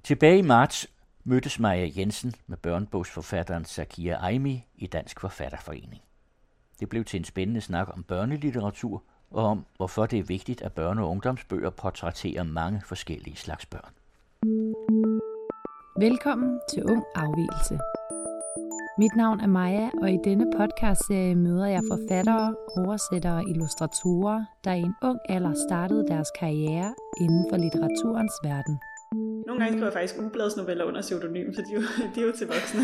Tilbage i marts mødtes Maja Jensen med børnebogsforfatteren Zakiya Aimi i Dansk Forfatterforening. Det blev til en spændende snak om børnelitteratur og om, hvorfor det er vigtigt, at børne- og ungdomsbøger portrætterer mange forskellige slags børn. Velkommen til Ung Afvigelse. Mit navn er Maja, og i denne podcastserie møder jeg forfattere, oversættere og illustratorer, der i en ung alder startede deres karriere inden for litteraturens verden. Nogle gange skriver jeg faktisk ugebladsnoveller under pseudonym, så de er jo til voksne.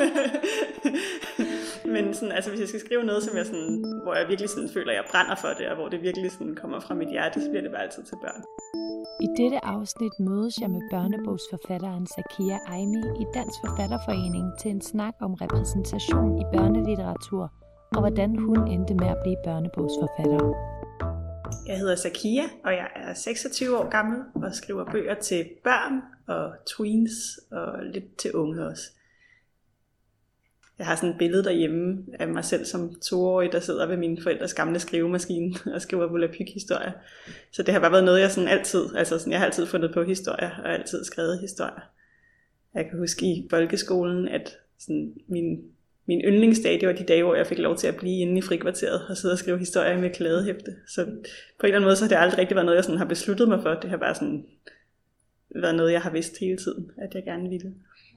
Men sådan, altså, hvis jeg skal skrive noget, som jeg sådan, hvor jeg virkelig sådan, føler, at jeg brænder for det, og hvor det virkelig sådan, kommer fra mit hjerte, så bliver det bare altid til børn. I dette afsnit mødes jeg med børnebogsforfatteren Zakiya Aimi i Dansk Forfatterforening til en snak om repræsentation i børnelitteratur, og hvordan hun endte med at blive børnebogsforfatter. Jeg hedder Zakiya, og jeg er 26 år gammel og skriver bøger til børn og tweens og lidt til unge også. Jeg har sådan et billede derhjemme af mig selv som 2-årig, der sidder ved mine forældres gamle skrivemaskine og skriver volapyk-historier. Så det har bare været noget, jeg sådan altid, altså sådan, jeg har altid fundet på historier og altid skrevet historier. Jeg kan huske i folkeskolen, at sådan min yndlingsdag, det var de dage, hvor jeg fik lov til at blive inde i frikvarteret og sidde og skrive historier med kladehæfte. Så på en eller anden måde, så har det aldrig rigtig været noget, jeg sådan har besluttet mig for. Det har bare sådan været noget, jeg har vidst hele tiden, at jeg gerne ville.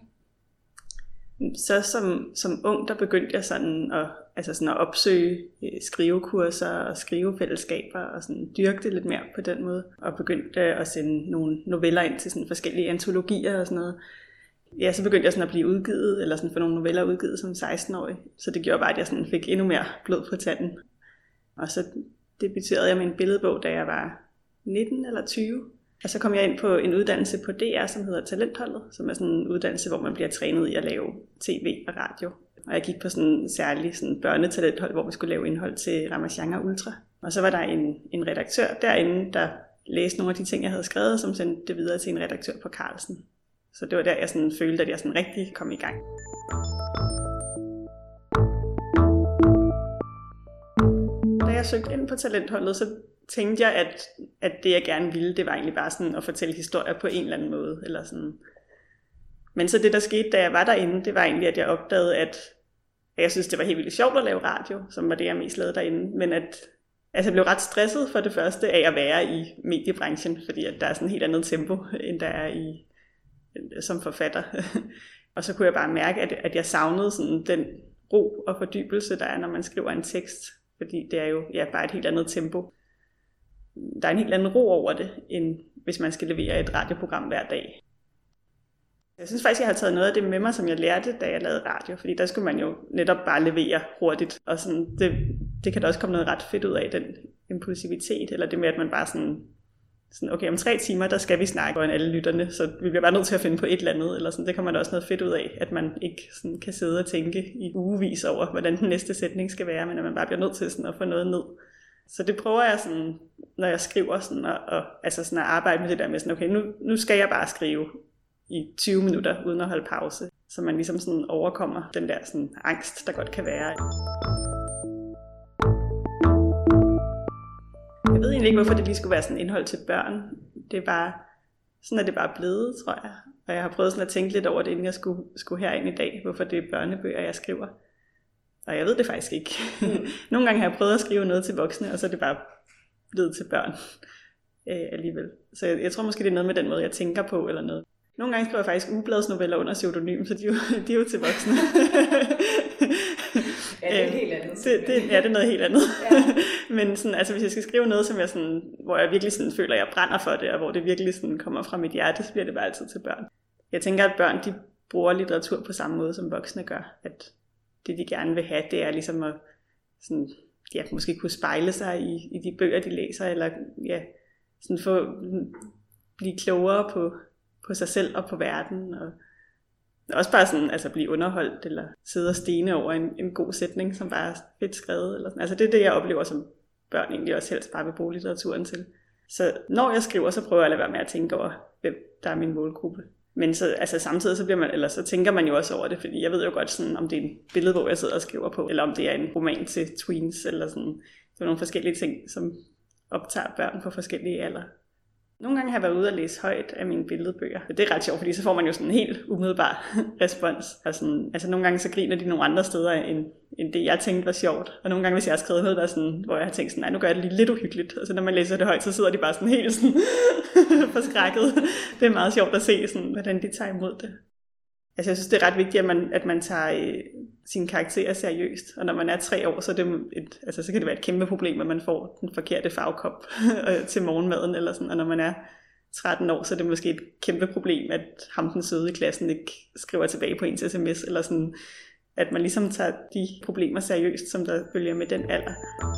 Så som ung, der begyndte jeg sådan at opsøge skrivekurser og skrivefællesskaber og sådan dyrke det lidt mere på den måde. Og begyndte at sende nogle noveller ind til sådan forskellige antologier og sådan noget. Ja, så begyndte jeg sådan at blive udgivet, eller sådan få nogle noveller udgivet som 16-årig. Så det gjorde bare, at jeg sådan fik endnu mere blod på tanden. Og så debuterede jeg med en billedbog, da jeg var 19 eller 20. Og så kom jeg ind på en uddannelse på DR, som hedder Talentholdet, som er sådan en uddannelse, hvor man bliver trænet i at lave tv og radio. Og jeg gik på sådan en særlig sådan børnetalenthold, hvor vi skulle lave indhold til Ramasjang og Ultra. Og så var der en redaktør derinde, der læste nogle af de ting, jeg havde skrevet, som sendte det videre til en redaktør på Carlsen. Så det var der, jeg sådan følte, at jeg sådan rigtig kom i gang. Da jeg søgte ind på Talentholdet, så tænkte jeg, at det jeg gerne ville, det var egentlig bare sådan at fortælle historier på en eller anden måde. Eller sådan. Men så det, der skete, da jeg var derinde, det var egentlig, at jeg opdagede, at jeg synes, det var helt vildt sjovt at lave radio, som var det, jeg mest lavede derinde. Men at jeg blev ret stresset for det første af at være i mediebranchen, fordi at der er sådan et helt andet tempo, end der er som forfatter. Og så kunne jeg bare mærke, at jeg savnede sådan den ro og fordybelse, der er, når man skriver en tekst. Fordi det er jo bare et helt andet tempo. Der er en helt anden ro over det, end hvis man skal levere et radioprogram hver dag. Jeg synes faktisk, jeg har taget noget af det med mig, som jeg lærte, da jeg lavede radio. Fordi der skulle man jo netop bare levere hurtigt. Og sådan, det kan da også komme noget ret fedt ud af, den impulsivitet. Eller det med, at man bare sådan okay, om 3 timer, der skal vi snakke foran alle lytterne. Så vi bliver bare nødt til at finde på et eller andet. Eller sådan, det kommer der også noget fedt ud af, at man ikke sådan kan sidde og tænke i ugevis over, hvordan den næste sætning skal være. Men at man bare bliver nødt til sådan at få noget ned. Så det prøver jeg sådan, når jeg skriver sådan, altså sådan at arbejde med det der med sådan, okay, nu skal jeg bare skrive i 20 minutter uden at holde pause, så man ligesom sådan overkommer den der sådan angst, der godt kan være. Jeg ved egentlig ikke, hvorfor det lige skulle være sådan indhold til børn. Det er bare, sådan er det bare blevet, tror jeg. Og jeg har prøvet sådan at tænke lidt over det, inden jeg skulle herind i dag, hvorfor det er børnebøger, jeg skriver. Og jeg ved det faktisk ikke. Nogle gange har jeg prøvet at skrive noget til voksne, og så er det bare blevet til børn alligevel. Så jeg tror måske, det er noget med den måde, jeg tænker på eller noget. Nogle gange skriver jeg faktisk ugebladsnoveller under pseudonym, så de er jo til voksne. Ja, det er helt andet. Det er noget helt andet. Ja. Men sådan, altså, hvis jeg skal skrive noget, som jeg sådan, hvor jeg virkelig sådan, føler, at jeg brænder for det, og hvor det virkelig sådan, kommer fra mit hjerte, så bliver det bare altid til børn. Jeg tænker, at børn de bruger litteratur på samme måde, som voksne gør. At det, de gerne vil have, det er ligesom at sådan, måske kunne spejle sig i de bøger, de læser, eller sådan blive klogere på sig selv og på verden, og også bare sådan, altså blive underholdt, eller sidde og stene over en god sætning, som bare er fedt skrevet. Eller sådan. Altså det er det, jeg oplever, som børn egentlig også helst bare vil bruge litteraturen til. Så når jeg skriver, så prøver jeg at lade være med at tænke over, hvem der er min målgruppe. Men så, altså samtidig så tænker man jo også over det, fordi jeg ved jo godt, sådan, om det er en billedbog, jeg sidder og skriver på, eller om det er en roman til tweens, eller sådan. Det er nogle forskellige ting, som optager børn på forskellige alder. Nogle gange har jeg været ude og læse højt af mine billedbøger. Det er ret sjovt, fordi så får man jo sådan en helt umiddelbar respons. Og sådan, altså nogle gange så griner de nogle andre steder, end det jeg tænkte var sjovt. Og nogle gange, hvis jeg har skrevet noget, der sådan, hvor jeg har tænkt sådan, nej, nu gør jeg det lige lidt uhyggeligt. Og så når man læser det højt, så sidder de bare sådan helt sådan forskrækket. Det er meget sjovt at se, sådan, hvordan de tager imod det. Altså jeg synes, det er ret vigtigt, at man tager sine karakterer seriøst. Og når man er 3 år, så, så kan det være et kæmpe problem, at man får den forkerte farvekop til morgenmaden. Eller sådan. Og når man er 13 år, så er det måske et kæmpe problem, at ham den søde i klassen ikke skriver tilbage på ens sms. Eller sådan, at man ligesom tager de problemer seriøst, som der følger med den alder.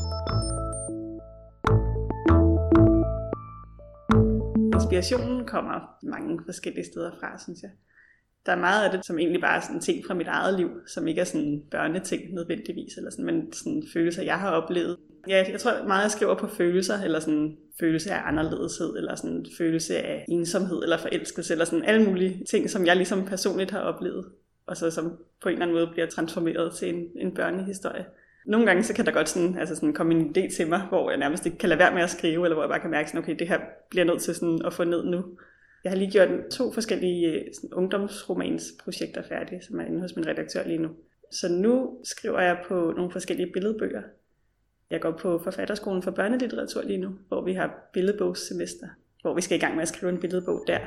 Inspirationen kommer mange forskellige steder fra, synes jeg. Der er meget af det, som egentlig bare er sådan ting fra mit eget liv, som ikke er sådan børneting nødvendigvis, eller sådan, men sådan følelser, jeg har oplevet. Ja, jeg tror meget, jeg skriver på følelser, eller sådan følelse af anderledeshed, eller sådan følelse af ensomhed, eller forelskelse, eller sådan alle mulige ting, som jeg ligesom personligt har oplevet, og så som på en eller anden måde bliver transformeret til en børnehistorie. Nogle gange så kan der godt sådan komme en idé til mig, hvor jeg nærmest ikke kan lade være med at skrive, eller hvor jeg bare kan mærke, sådan, okay, det her bliver nødt til sådan at få ned nu. Jeg har lige gjort 2 forskellige ungdomsromansprojekter færdige, som er inde hos min redaktør lige nu. Så nu skriver jeg på nogle forskellige billedbøger. Jeg går på Forfatterskolen for Børnelitteratur lige nu, hvor vi har billedbogssemester, hvor vi skal i gang med at skrive en billedbog der.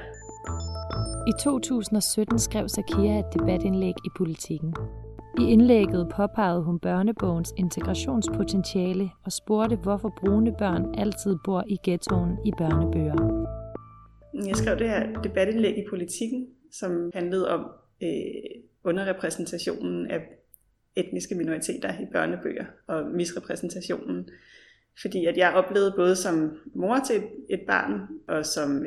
I 2017 skrev Zakia et debatindlæg i Politiken. I indlægget påpegede hun børnebogens integrationspotentiale og spurgte, hvorfor brune børn altid bor i ghettoen i børnebøger. Jeg skrev det her debatindlæg i Politiken, som handlede om underrepræsentationen af etniske minoriteter i børnebøger og misrepræsentationen. Fordi at jeg oplevede både som mor til et barn og som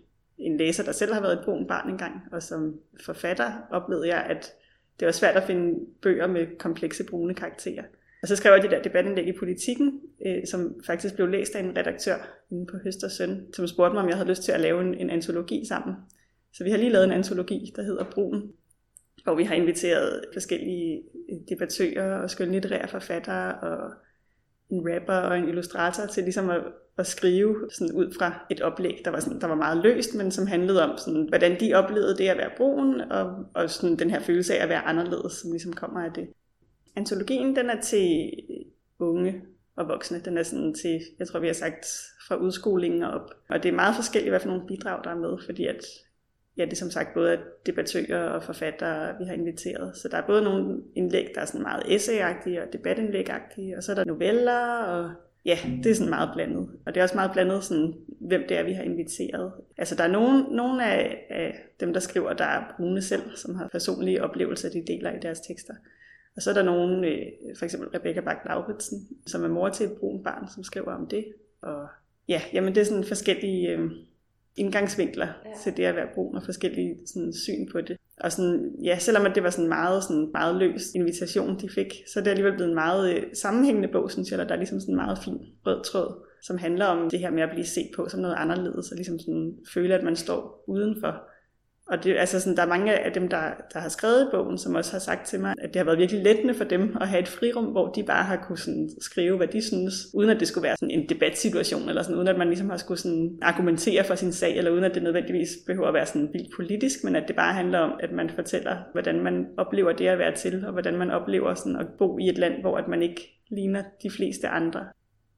en læser, der selv har været et brunt barn engang, og som forfatter oplevede jeg, at det var svært at finde bøger med komplekse brune karakterer. Og så skrev jeg det der debatindlæg i Politiken, som faktisk blev læst af en redaktør inde på Høst og Søn, som spurgte mig, om jeg havde lyst til at lave en antologi sammen. Så vi har lige lavet en antologi, der hedder Brun, hvor vi har inviteret forskellige debattører og skønlitterære forfattere og en rapper og en illustrator til ligesom at skrive sådan ud fra et oplæg, der var meget løst, men som handlede om, sådan, hvordan de oplevede det at være brun, og sådan den her følelse af at være anderledes, som ligesom kommer af det. Antologien, den er til unge og voksne. Den er sådan til, jeg tror vi har sagt, fra udskolingen og op. Og det er meget forskelligt, hvad for nogle bidrag der er med, fordi at det er som sagt både debattører og forfattere, vi har inviteret. Så der er både nogle indlæg, der er sådan meget essayagtige og debatindlægagtige, og så er der noveller, og ja, det er sådan meget blandet. Og det er også meget blandet, sådan, hvem det er, vi har inviteret. Altså der er nogle af dem, der skriver, der er brune selv, som har personlige oplevelser, de deler i deres tekster. Og så er der nogen, for eksempel Rebecca Bach-Lauritsen, som er mor til et brunt barn, som skriver om det. Og ja, jamen det er sådan forskellige indgangsvinkler til det at være brun, og forskellige sådan, syn på det. Og sådan, ja, selvom det var sådan meget løs invitation, de fik, så er det alligevel blevet en meget sammenhængende bog, synes jeg, der er ligesom sådan en meget fin rød tråd, som handler om det her med at blive set på som noget anderledes, og ligesom sådan føle, at man står udenfor. Og det, altså sådan, der er mange af dem, der har skrevet bogen, som også har sagt til mig, at det har været virkelig lettende for dem at have et frirum, hvor de bare har kunne sådan skrive, hvad de synes, uden at det skulle være sådan en debatsituation, eller sådan, uden at man ligesom har skulle sådan argumentere for sin sag, eller uden at det nødvendigvis behøver at være sådan vildt politisk, men at det bare handler om, at man fortæller, hvordan man oplever det at være til, og hvordan man oplever sådan at bo i et land, hvor at man ikke ligner de fleste andre.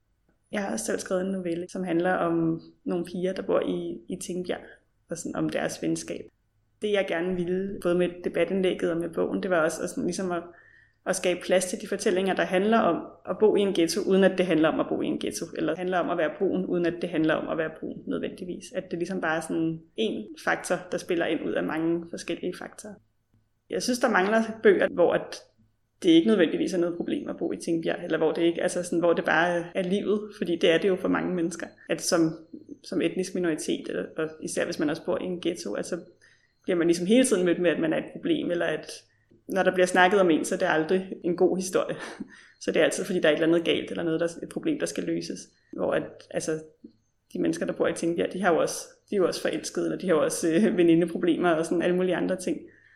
Jeg har også selv skrevet en novelle, som handler om nogle piger, der bor i Tingbjerg, og sådan om deres venskab. Det jeg gerne ville, både med debatindlægget og med bogen, det var også sådan, ligesom at skabe plads til de fortællinger, der handler om at bo i en ghetto, uden at det handler om at bo i en ghetto, eller handler om at være brun, uden at det handler om at være brun nødvendigvis. At det ligesom bare er sådan en faktor, der spiller ind ud af mange forskellige faktorer. Jeg synes, der mangler bøger, hvor at det ikke nødvendigvis er noget problem at bo i Tingbjerg, eller hvor det ikke, altså sådan, hvor det bare er livet, fordi det er det jo for mange mennesker, at som etnisk minoritet, og især hvis man også bor i en ghetto, altså bliver man ligesom hele tiden mødt med, at man er et problem, eller at når der bliver snakket om en, så er det aldrig en god historie. Så det er altid, fordi der er et eller andet galt, eller noget, et problem, der skal løses. Hvor at, altså, de mennesker, der bor i Tingbjerg, de er jo også forelskede, eller de har jo også venindeproblemer, og sådan alle mulige andre ting.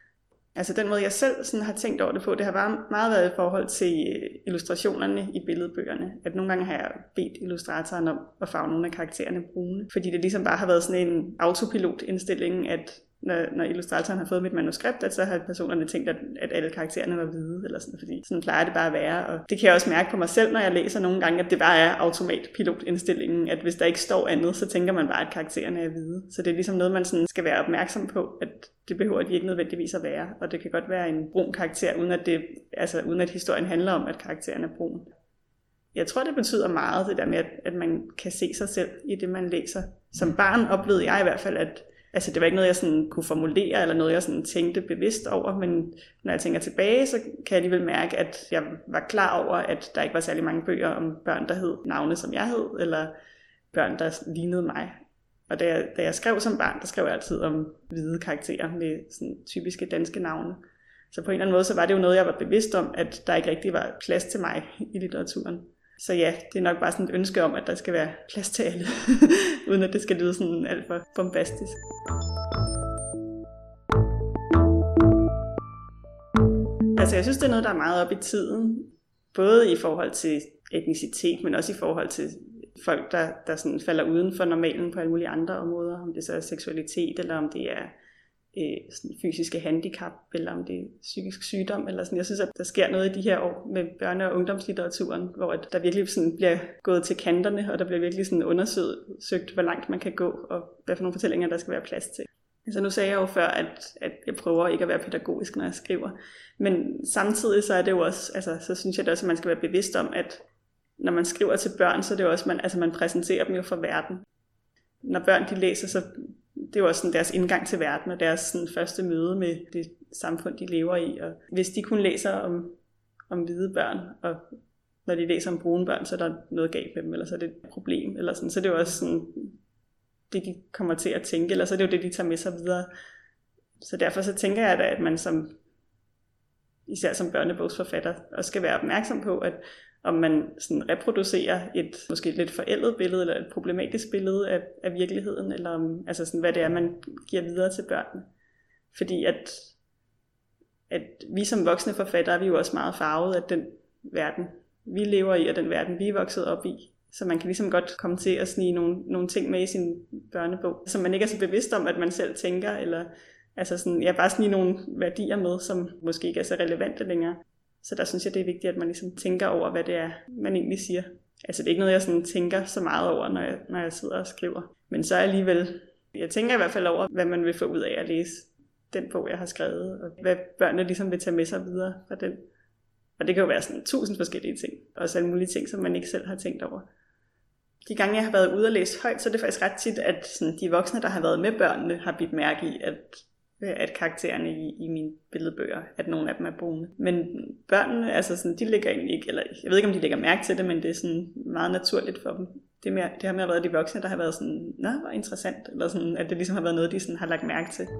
Altså den måde, jeg selv sådan har tænkt over det på, det har bare meget været i forhold til illustrationerne i billedbøgerne. At nogle gange har jeg bedt illustratoren om at farve nogle af karaktererne brune. Fordi det ligesom bare har været sådan en autopilot-indstilling, at når illustratoren har fået mit manuskript, at så har personerne tænkt, at alle karaktererne var hvide, eller sådan, fordi sådan plejer det bare at være. Og det kan jeg også mærke på mig selv, når jeg læser nogle gange, at det bare er automatpilot-indstillingen, at hvis der ikke står andet, så tænker man bare, at karaktererne er hvide. Så det er ligesom noget, man sådan skal være opmærksom på, at det behøver de ikke nødvendigvis at være. Og det kan godt være en brun karakter, uden at historien handler om, at karakteren er brun. Jeg tror, det betyder meget, det der med, at man kan se sig selv i det, man læser. Som barn oplevede jeg i hvert fald, at det var ikke noget, jeg sådan kunne formulere, eller noget, jeg sådan tænkte bevidst over, men når jeg tænker tilbage, så kan jeg alligevel mærke, at jeg var klar over, at der ikke var særlig mange bøger om børn, der hed navne, som jeg hed, eller børn, der lignede mig. Og da jeg skrev som barn, der skrev jeg altid om hvide karakterer med sådan typiske danske navne. Så på en eller anden måde, så var det jo noget, jeg var bevidst om, at der ikke rigtig var plads til mig i litteraturen. Så ja, det er nok bare sådan et ønske om, at der skal være plads til alle, uden at det skal lyde sådan alt for bombastisk. Altså jeg synes, det er noget, der er meget op i tiden. Både i forhold til etnicitet, men også i forhold til folk, der sådan falder uden for normalen på alle mulige andre områder. Om det så er seksualitet, eller om det er sådan fysiske handicap, eller om det er psykisk sygdom, eller sådan. Jeg synes, at der sker noget i de her år med børne- og ungdomslitteraturen, hvor der virkelig sådan bliver gået til kanterne, og der bliver virkelig sådan undersøgt, hvor langt man kan gå, og hvad for nogle fortællinger, der skal være plads til. Altså nu sagde jeg jo før, at jeg prøver ikke at være pædagogisk, når jeg skriver. Men samtidig så er det jo også, altså så synes jeg det også, at man skal være bevidst om, at når man skriver til børn, så er det jo også, man præsenterer dem jo for verden. Når børn de læser, så det er jo også sådan deres indgang til verden, og deres sådan første møde med det samfund, de lever i. Og hvis de kun læser om hvide børn, og når de læser om brune børn, så er der noget galt med dem, eller så er det et problem, eller sådan. Så det er jo også sådan det, de kommer til at tænke, eller så er det jo det, de tager med sig videre. Så derfor så tænker jeg da, at man især som børnebogsforfatter også skal være opmærksom på, at om man sådan reproducerer et måske lidt forældet billede, eller et problematisk billede af virkeligheden, eller om, altså sådan, hvad det er, man giver videre til børnene. Fordi at vi som voksne forfattere, vi er jo også meget farvet af den verden, vi lever i, og den verden, vi er vokset op i. Så man kan ligesom godt komme til at snige nogle ting med i sin børnebog, som man ikke er så bevidst om, at man selv tænker, eller altså sådan, bare snige nogle værdier med, som måske ikke er så relevante længere. Så der synes jeg, det er vigtigt, at man ligesom tænker over, hvad det er, man egentlig siger. Altså det er ikke noget, jeg sådan tænker så meget over, når jeg sidder og skriver. Men så alligevel, jeg tænker i hvert fald over, hvad man vil få ud af at læse den bog, jeg har skrevet, og hvad børnene ligesom vil tage med sig videre fra den. Og det kan jo være sådan 1000 forskellige ting, og også alle mulige ting, som man ikke selv har tænkt over. De gange, jeg har været ude og læse højt, så er det faktisk ret tit, at sådan, de voksne, der har været med børnene, har bidt mærke i, at karaktererne i mine billedbøger, at nogle af dem er brune. Men børnene, altså sådan, de lægger egentlig ikke, eller jeg ved ikke, om de lægger mærke til det, men det er sådan meget naturligt for dem. Det har med at være de voksne, der har været sådan, nå, hvor interessant, eller sådan, at det ligesom har været noget, de sådan har lagt mærke til.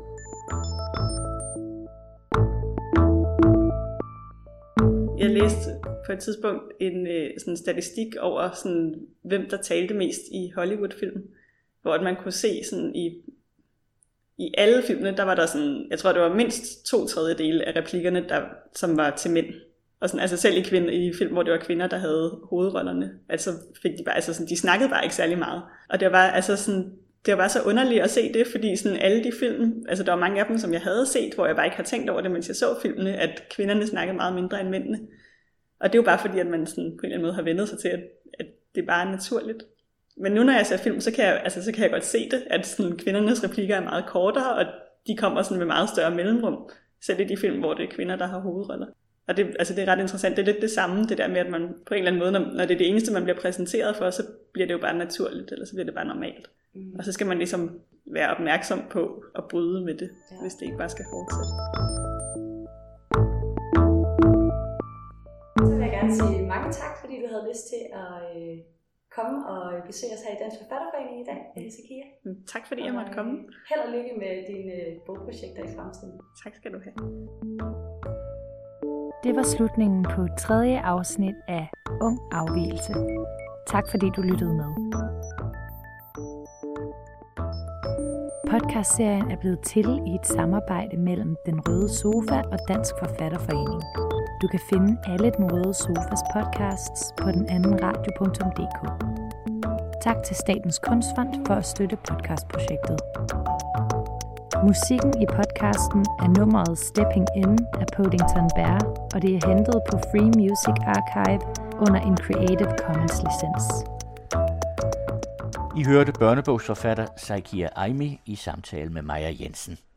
Jeg læste på et tidspunkt en sådan statistik over, sådan, hvem der talte mest i Hollywood-film, hvor man kunne se sådan i alle filmene, der var der sådan, jeg tror det var mindst 2/3 af replikkerne, som var til mænd. Og sådan, altså selv i film, hvor det var kvinder, der havde hovedrollerne, altså fik de bare, altså sådan, de snakkede bare ikke særlig meget. Og det var bare, altså sådan, det var bare så underligt at se det, fordi sådan alle de film, altså der var mange af dem, som jeg havde set, hvor jeg bare ikke har tænkt over det, mens jeg så filmene, at kvinderne snakkede meget mindre end mændene. Og det er jo bare fordi, at man sådan på en eller anden måde har vendet sig til, at det bare er naturligt. Men nu når jeg ser film, så kan jeg godt se det, at sådan, kvindernes replikker er meget kortere, og de kommer sådan med meget større mellemrum, selv i de film, hvor det er kvinder, der har hovedroller. Og det er ret interessant. Det er lidt det samme, det der med, at man på en eller anden måde, når det er det eneste, man bliver præsenteret for, så bliver det jo bare naturligt, eller så bliver det bare normalt. Og så skal man ligesom være opmærksom på at bryde med det, hvis det ikke bare skal fortsætte. Så vil jeg gerne sige mange tak, fordi du havde lyst til at komme og besøge os her i Dansk Forfatterforening i dag, Zakia. Tak fordi jeg måtte komme. Held og lykke med dine bogprojekter i fremtiden. Tak skal du have. Det var slutningen på 3. afsnit af Ung Afvigelse. Tak fordi du lyttede med. Podcastserien er blevet til i et samarbejde mellem Den Røde Sofa og Dansk Forfatterforening. Du kan finde alle Den Røde Sofas podcasts på denandenradio.dk. Tak til Statens Kunstfond for at støtte podcastprojektet. Musikken i podcasten er nummeret Stepping In af Podington Bear, og det er hentet på Free Music Archive under en Creative Commons licens. I hørte børnebogsforfatter Zakiya Aimi i samtale med Maja Jensen.